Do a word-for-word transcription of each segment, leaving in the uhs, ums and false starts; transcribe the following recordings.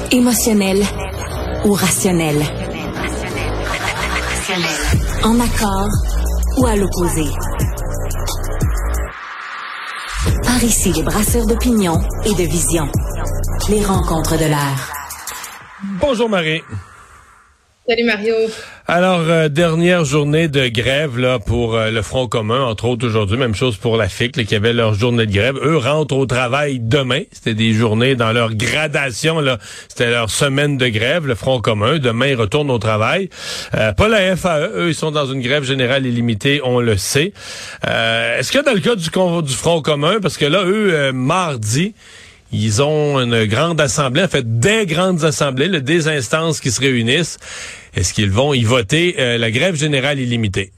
Émotionnel ou rationnel? En accord ou à l'opposé? Par ici, les brasseurs d'opinion et de vision. Les rencontres de l'air. Bonjour Marie. Salut Mario. Alors, euh, dernière journée de grève là pour euh, le Front commun, entre autres aujourd'hui, même chose pour la F I C, là, qui avait leur journée de grève. Eux rentrent au travail demain. C'était des journées dans leur gradation, là. C'était leur semaine de grève, le Front commun. Demain, ils retournent au travail. Euh, pas la F A E, eux, ils sont dans une grève générale illimitée, on le sait. Euh, est-ce que dans le cas du, du Front commun, parce que là, eux, euh, mardi, ils ont une grande assemblée, en fait, des grandes assemblées, là, des instances qui se réunissent. Est-ce qu'ils vont y voter euh, la grève générale illimitée?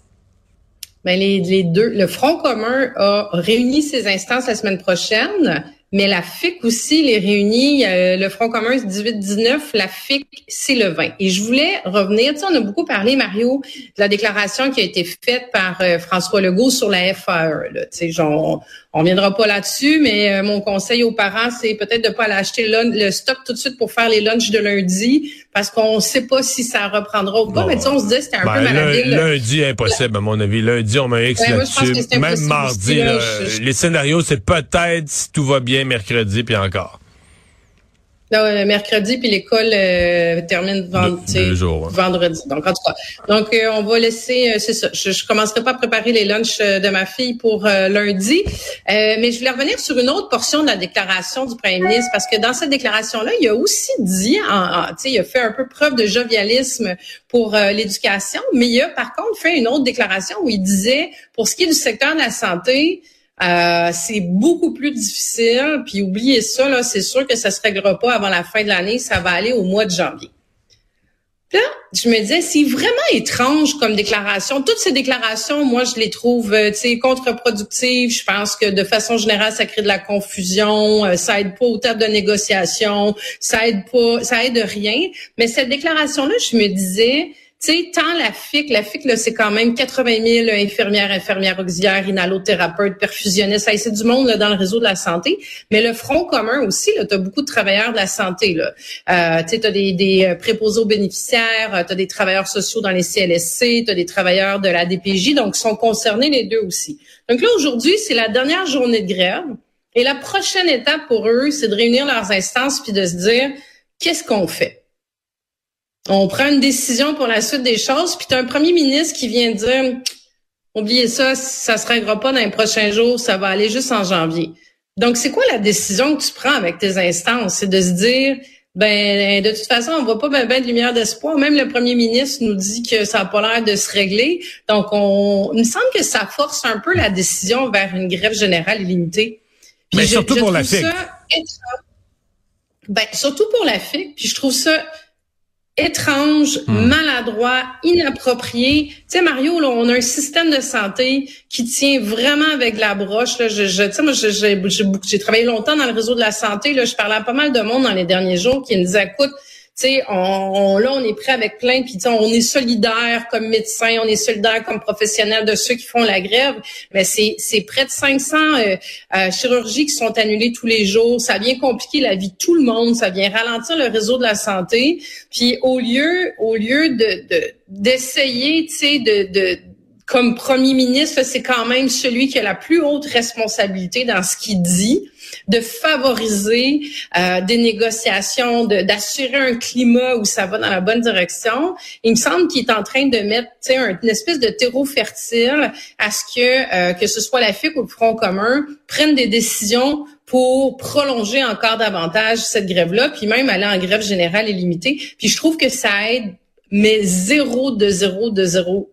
Ben les, les deux. Le Front commun a réuni ses instances la semaine prochaine, mais la F I C aussi les réunit. Euh, le Front commun, c'est dix-huit dix-neuf, la F I C, c'est le vingt. Et je voulais revenir, tu sais, on a beaucoup parlé, Mario, de la déclaration qui a été faite par euh, François Legault sur la F A E. Là. Tu sais, genre, on ne viendra pas là-dessus, mais euh, mon conseil aux parents, c'est peut-être de ne pas aller acheter le, le stock tout de suite pour faire les lunchs de lundi, parce qu'on ne sait pas si ça reprendra ou pas. Bon, mais tu sais, on se dit c'était un ben, peu malhabile. Lundi, impossible, à mon avis. Lundi, on met un X ouais, là-dessus. Même mardi, là, je, je... les scénarios, c'est peut-être, si tout va bien, mercredi, puis encore. Là, mercredi, puis l'école euh, termine vendredi. Deux, deux jours, ouais. Vendredi. Donc, en tout cas. Donc, euh, on va laisser, euh, c'est ça. Je, je commencerai pas à préparer les lunchs de ma fille pour euh, lundi. Euh, mais je voulais revenir sur une autre portion de la déclaration du premier ministre, parce que dans cette déclaration-là, il a aussi dit, en, en, tu sais, il a fait un peu preuve de jovialisme pour euh, l'éducation, mais il a par contre fait une autre déclaration où il disait, pour ce qui est du secteur de la santé, Euh, c'est beaucoup plus difficile, puis oubliez ça, là, c'est sûr que ça se réglera pas avant la fin de l'année, ça va aller au mois de janvier. Puis là, je me disais, c'est vraiment étrange comme déclaration. Toutes ces déclarations, moi, je les trouve, tu sais, contre-productives. Je pense que de façon générale, ça crée de la confusion, euh, ça aide pas aux tables de négociation, ça aide pas, ça aide rien. Mais cette déclaration-là, je me disais, tu sais, tant la F I C, la F I C, là, c'est quand même quatre-vingt mille infirmières, infirmières auxiliaires, inhalothérapeutes, perfusionnistes, ça, c'est du monde là, dans le réseau de la santé. Mais le Front commun aussi, là, t'as beaucoup de travailleurs de la santé, là. Euh, tu sais, t'as des, des préposés aux bénéficiaires, t'as des travailleurs sociaux dans les C L S C, t'as des travailleurs de la D P J, donc sont concernés les deux aussi. Donc là, aujourd'hui, c'est la dernière journée de grève. Et la prochaine étape pour eux, c'est de réunir leurs instances puis de se dire, qu'est-ce qu'on fait? On prend une décision pour la suite des choses, puis tu as un premier ministre qui vient dire « Oubliez ça, ça se réglera pas dans les prochains jours, ça va aller juste en janvier. » Donc, c'est quoi la décision que tu prends avec tes instances? C'est de se dire « Ben, de toute façon, on voit pas ben, ben de lumière d'espoir. » Même le premier ministre nous dit que ça n'a pas l'air de se régler. Donc, on, il me semble que ça force un peu la décision vers une grève générale illimitée. Puis Mais je, surtout je pour la F I C. Ben, surtout pour la F I C. Puis je trouve ça étrange, hmm. maladroit, inapproprié. Tu sais, Mario, là, on a un système de santé qui tient vraiment avec la broche. Là. Je, je, tu sais, moi, j'ai, j'ai, j'ai travaillé longtemps dans le réseau de la santé. Là. Je parlais à pas mal de monde dans les derniers jours qui me disait, écoute, tu sais, on, on, là, on est prêt avec plein, puis on est solidaire comme médecin, on est solidaire comme professionnel de ceux qui font la grève, mais c'est, c'est près de cinq cents euh, euh, chirurgies qui sont annulées tous les jours. Ça vient compliquer la vie de tout le monde, ça vient ralentir le réseau de la santé. Puis au lieu, au lieu de, de d'essayer, tu sais, de, de comme premier ministre, c'est quand même celui qui a la plus haute responsabilité dans ce qu'il dit, de favoriser euh, des négociations, de, d'assurer un climat où ça va dans la bonne direction. Il me semble qu'il est en train de mettre, tu sais, un, une espèce de terreau fertile à ce que euh, que ce soit la F I C ou le Front commun prennent des décisions pour prolonger encore davantage cette grève-là, puis même aller en grève générale illimitée. Puis je trouve que ça aide, mais zéro de zéro de zéro.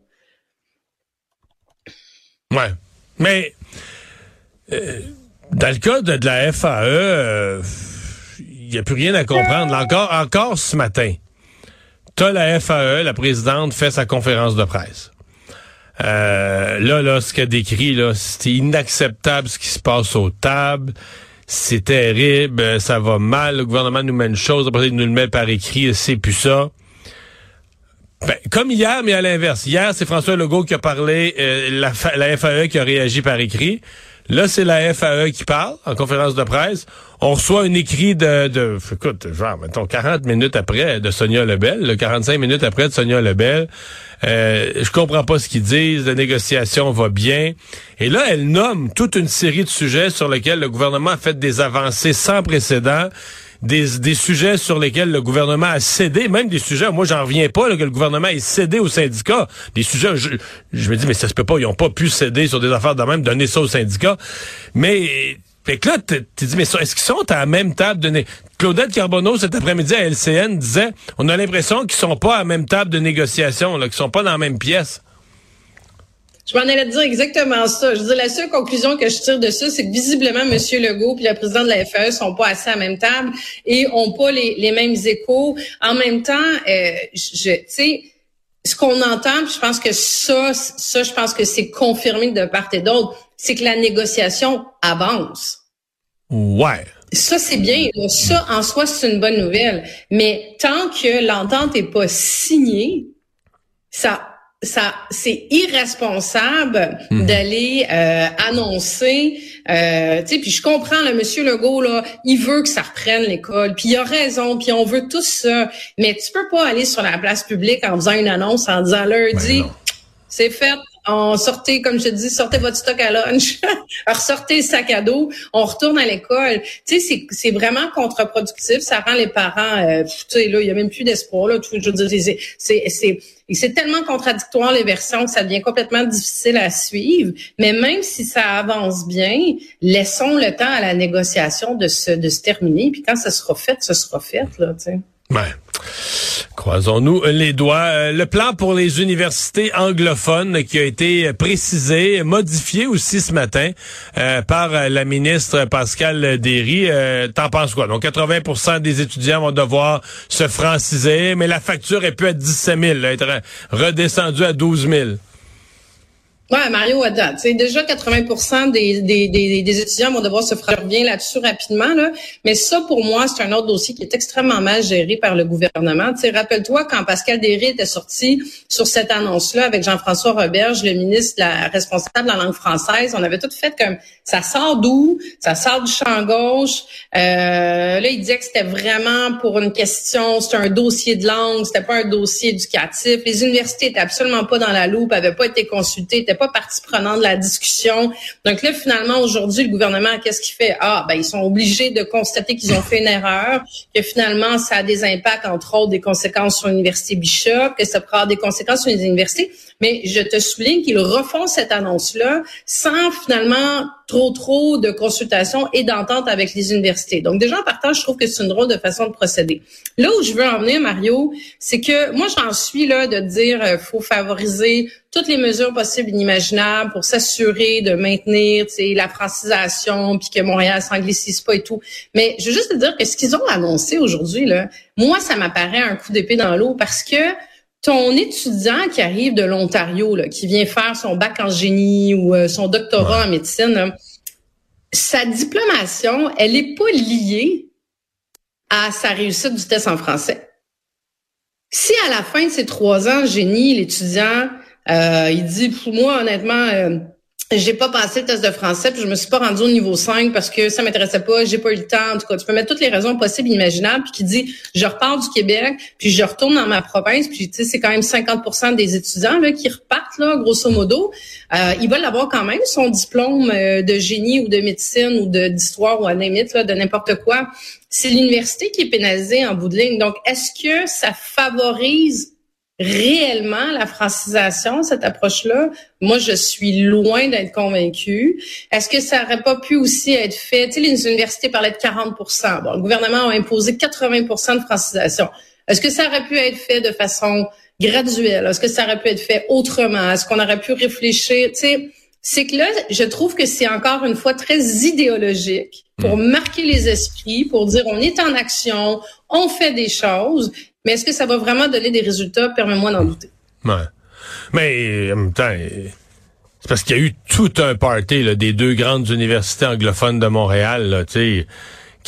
Ouais, mais euh, dans le cas de, de la F A E, il euh, n'y a plus rien à comprendre. Là, encore, encore ce matin, t'as la F A E, la présidente fait sa conférence de presse. Euh, là, là, ce qu'elle décrit, là, c'est inacceptable ce qui se passe aux tables. C'est terrible, ça va mal. Le gouvernement nous met une chose, après il nous le met par écrit, c'est plus ça. Ben, comme hier, mais à l'inverse. Hier, c'est François Legault qui a parlé, euh, la, la F A E qui a réagi par écrit. Là, c'est la F A E qui parle en conférence de presse. on reçoit un écrit de, de écoute, genre, mettons, quarante minutes après de Sonia Lebel, là, quarante-cinq minutes après de Sonia Lebel. Euh, je comprends pas ce qu'ils disent, la négociation va bien. Et là, elle nomme toute une série de sujets sur lesquels le gouvernement a fait des avancées sans précédent. Des, des sujets sur lesquels le gouvernement a cédé, même des sujets, moi j'en reviens pas là, que le gouvernement ait cédé aux syndicats. Des sujets, je, je me dis, mais ça se peut pas, ils ont pas pu céder sur des affaires de même, donner ça aux syndicats. Mais, fait que là, tu te dis, mais est-ce qu'ils sont à la même table de né... Claudette Carbonneau, cet après-midi à L C N, disait, on a l'impression qu'ils sont pas à la même table de négociation, là, qu'ils sont pas dans la même pièce. Je m'en allais te dire exactement ça. Je veux dire, la seule conclusion que je tire de ça, c'est que visiblement, M. Legault puis le président de la F A E sont pas assis à la même table et ont pas les, les mêmes échos. En même temps, euh, je, tu sais, ce qu'on entend, je pense que ça, ça, je pense que c'est confirmé de part et d'autre, c'est que la négociation avance. Ouais. Ça, c'est bien. Là. Ça, en soi, c'est une bonne nouvelle. Mais tant que l'entente est pas signée, ça ça c'est irresponsable mmh. d'aller euh, annoncer euh, tu sais, puis je comprends le monsieur Legault là, il veut que ça reprenne l'école, puis il a raison, puis on veut tous ça, mais tu peux pas aller sur la place publique en faisant une annonce en disant lundi ben c'est fait, on sortez, comme je te dis, sortez votre stock à lunch, ressortez le sac à dos, on retourne à l'école. Tu sais, c'est, c'est vraiment contre-productif, ça rend les parents, euh, tu sais, là, il y a même plus d'espoir, là, tout, je veux dire, c'est, c'est, c'est, c'est tellement contradictoire les versions que ça devient complètement difficile à suivre. Mais même si ça avance bien, laissons le temps à la négociation de se, de se terminer, puis quand ça sera fait, ça sera fait, là, tu sais. Ouais. Croisons-nous les doigts. Le plan pour les universités anglophones qui a été précisé, modifié aussi ce matin euh, par la ministre Pascale Derry. Euh, t'en penses quoi? Donc quatre-vingts pour cent des étudiants vont devoir se franciser, mais la facture est plus à dix-sept mille, là, être redescendue à douze mille. Ouais, Mario, attends, tu sais, déjà quatre-vingts pour cent des, des, des, des étudiants vont devoir se faire bien là-dessus rapidement, là. Mais ça, pour moi, c'est un autre dossier qui est extrêmement mal géré par le gouvernement. Tu sais, rappelle-toi, quand Pascal Derry était sorti sur cette annonce-là avec Jean-François Roberge, le ministre la responsable de la langue française, on avait tout fait comme, ça sort d'où? Ça sort du champ gauche. Euh, là, il disait que c'était vraiment pour une question, c'était un dossier de langue, c'était pas un dossier éducatif. Les universités étaient absolument pas dans la loupe, avaient pas été consultées, étaient pas partie prenante de la discussion. Donc là, finalement, aujourd'hui, le gouvernement, qu'est-ce qu'il fait? Ah, ben, ils sont obligés de constater qu'ils ont fait une erreur, que finalement, ça a des impacts, entre autres, des conséquences sur l'Université Bishop, que ça pourra avoir des conséquences sur les universités. Mais je te souligne qu'ils refont cette annonce-là sans finalement trop, trop de consultation et d'entente avec les universités. Donc, déjà, en partant, je trouve que c'est une drôle de façon de procéder. Là où je veux en venir, Mario, c'est que moi, j'en suis là de dire euh, faut favoriser toutes les mesures possibles et inimaginables pour s'assurer de maintenir, tu sais, la francisation, puis que Montréal s'anglicise pas et tout. Mais je veux juste te dire que ce qu'ils ont annoncé aujourd'hui, là, moi, ça m'apparaît un coup d'épée dans l'eau parce que ton étudiant qui arrive de l'Ontario, là, qui vient faire son bac en génie ou euh, son doctorat ouais. en médecine, là, sa diplomation, elle est pas liée à sa réussite du test en français. Si à la fin de ces trois ans génie, l'étudiant, euh, il dit, pour moi, honnêtement, euh, j'ai pas passé le test de français, puis je me suis pas rendu au niveau cinq parce que ça m'intéressait pas, j'ai pas eu le temps. En tout cas, tu peux mettre toutes les raisons possibles et imaginables, puis qui dit, je repars du Québec, puis je retourne dans ma province, puis tu sais, c'est quand même cinquante pour cent des étudiants là qui repartent là, grosso modo. Euh, ils veulent avoir quand même son diplôme euh, de génie ou de médecine ou de d'histoire ou à la limite là, de n'importe quoi. C'est l'université qui est pénalisée en bout de ligne. Donc, est-ce que ça favorise réellement la francisation, cette approche-là? Moi, je suis loin d'être convaincue. Est-ce que ça aurait pas pu aussi être fait? Tu sais, les universités parlaient de quarante pour cent. Bon, le gouvernement a imposé quatre-vingts pour cent de francisation. Est-ce que ça aurait pu être fait de façon graduelle? Est-ce que ça aurait pu être fait autrement? Est-ce qu'on aurait pu réfléchir? Tu sais, c'est que là, je trouve que c'est encore une fois très idéologique pour marquer les esprits, pour dire on est en action, on fait des choses. Mais est-ce que ça va vraiment donner des résultats? Permets-moi d'en douter. Ouais. Mais en même temps, c'est parce qu'il y a eu tout un party là, des deux grandes universités anglophones de Montréal, là, tu sais,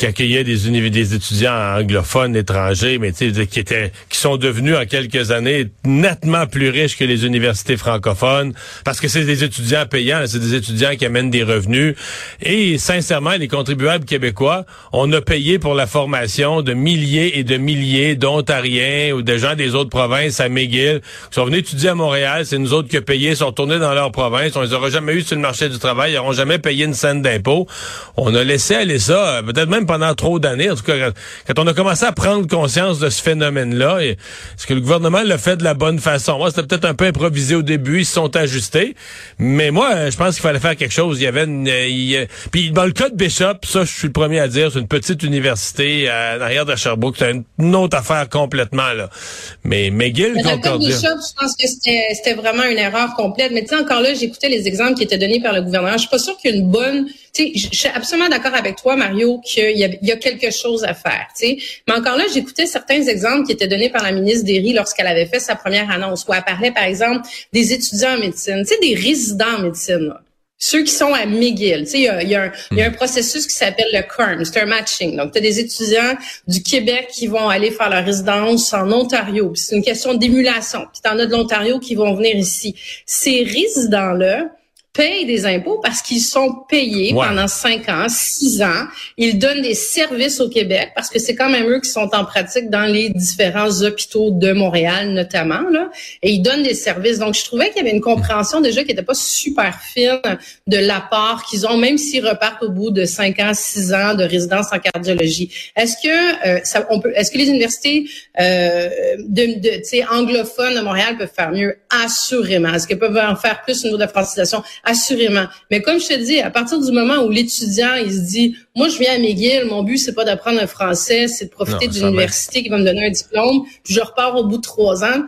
qui accueillait des, uni- des étudiants anglophones, étrangers, mais tu sais, qui étaient, qui sont devenus en quelques années nettement plus riches que les universités francophones, parce que c'est des étudiants payants, là, c'est des étudiants qui amènent des revenus. Et sincèrement, les contribuables québécois, on a payé pour la formation de milliers et de milliers d'Ontariens ou de gens des autres provinces à McGill, qui sont venus étudier à Montréal, c'est nous autres qui a payé, sont retournés dans leur province, on les aura jamais eu sur le marché du travail, ils n'auront jamais payé une scène d'impôt. On a laissé aller ça, peut-être même pendant trop d'années. En tout cas, quand on a commencé à prendre conscience de ce phénomène-là, est-ce que le gouvernement l'a fait de la bonne façon? Moi, c'était peut-être un peu improvisé au début, ils se sont ajustés, mais moi, je pense qu'il fallait faire quelque chose. Il y avait une... Il, puis dans le cas de Bishop, ça, je suis le premier à dire, c'est une petite université à l'arrière de Sherbrooke, c'est une autre affaire complètement, là. Mais McGill, mais dans le cas de Bishop, je pense que c'était, c'était vraiment une erreur complète. Mais tu sais, encore là, j'écoutais les exemples qui étaient donnés par le gouvernement. Je suis pas sûre qu'il y a une bonne... Tu sais, je suis absolument d'accord avec toi, Mario, qu'il y a, il y a quelque chose à faire, tu sais. Mais encore là, j'écoutais certains exemples qui étaient donnés par la ministre Derry lorsqu'elle avait fait sa première annonce, où elle parlait, par exemple, des étudiants en médecine, tu sais, des résidents en médecine, là. Ceux qui sont à McGill, tu sais, il y a, il y a, un, il y a un processus qui s'appelle le C E R M, c'est un matching. Donc, tu as des étudiants du Québec qui vont aller faire leur résidence en Ontario. Puis c'est une question d'émulation. Puis t'en as de l'Ontario qui vont venir ici. Ces résidents-là payent des impôts parce qu'ils sont payés ouais. pendant cinq ans, six ans. Ils donnent des services au Québec parce que c'est quand même eux qui sont en pratique dans les différents hôpitaux de Montréal, notamment, là. Et ils donnent des services. Donc, je trouvais qu'il y avait une compréhension déjà qui n'était pas super fine de l'apport qu'ils ont, même s'ils repartent au bout de cinq ans, six ans de résidence en cardiologie. Est-ce que euh, ça, on peut, est-ce que les universités euh, de, de tu sais, anglophones de Montréal peuvent faire mieux? Assurément. Est-ce qu'elles peuvent en faire plus au niveau de la francisation? Assurément. Mais comme je te dis, à partir du moment où l'étudiant, il se dit, moi, je viens à McGill, mon but, c'est pas d'apprendre un français, c'est de profiter non, d'une université qui va me donner un diplôme, puis je repars au bout de trois ans.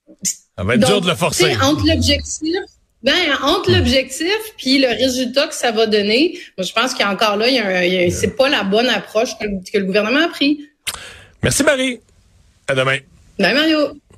Ça va être Donc, dur de le forcer. Entre l'objectif, ben, entre l'objectif puis le résultat que ça va donner, moi, je pense qu'encore là, il y a un, il y a, c'est pas la bonne approche que, que le gouvernement a pris. Merci, Marie. À demain. Bye, Mario.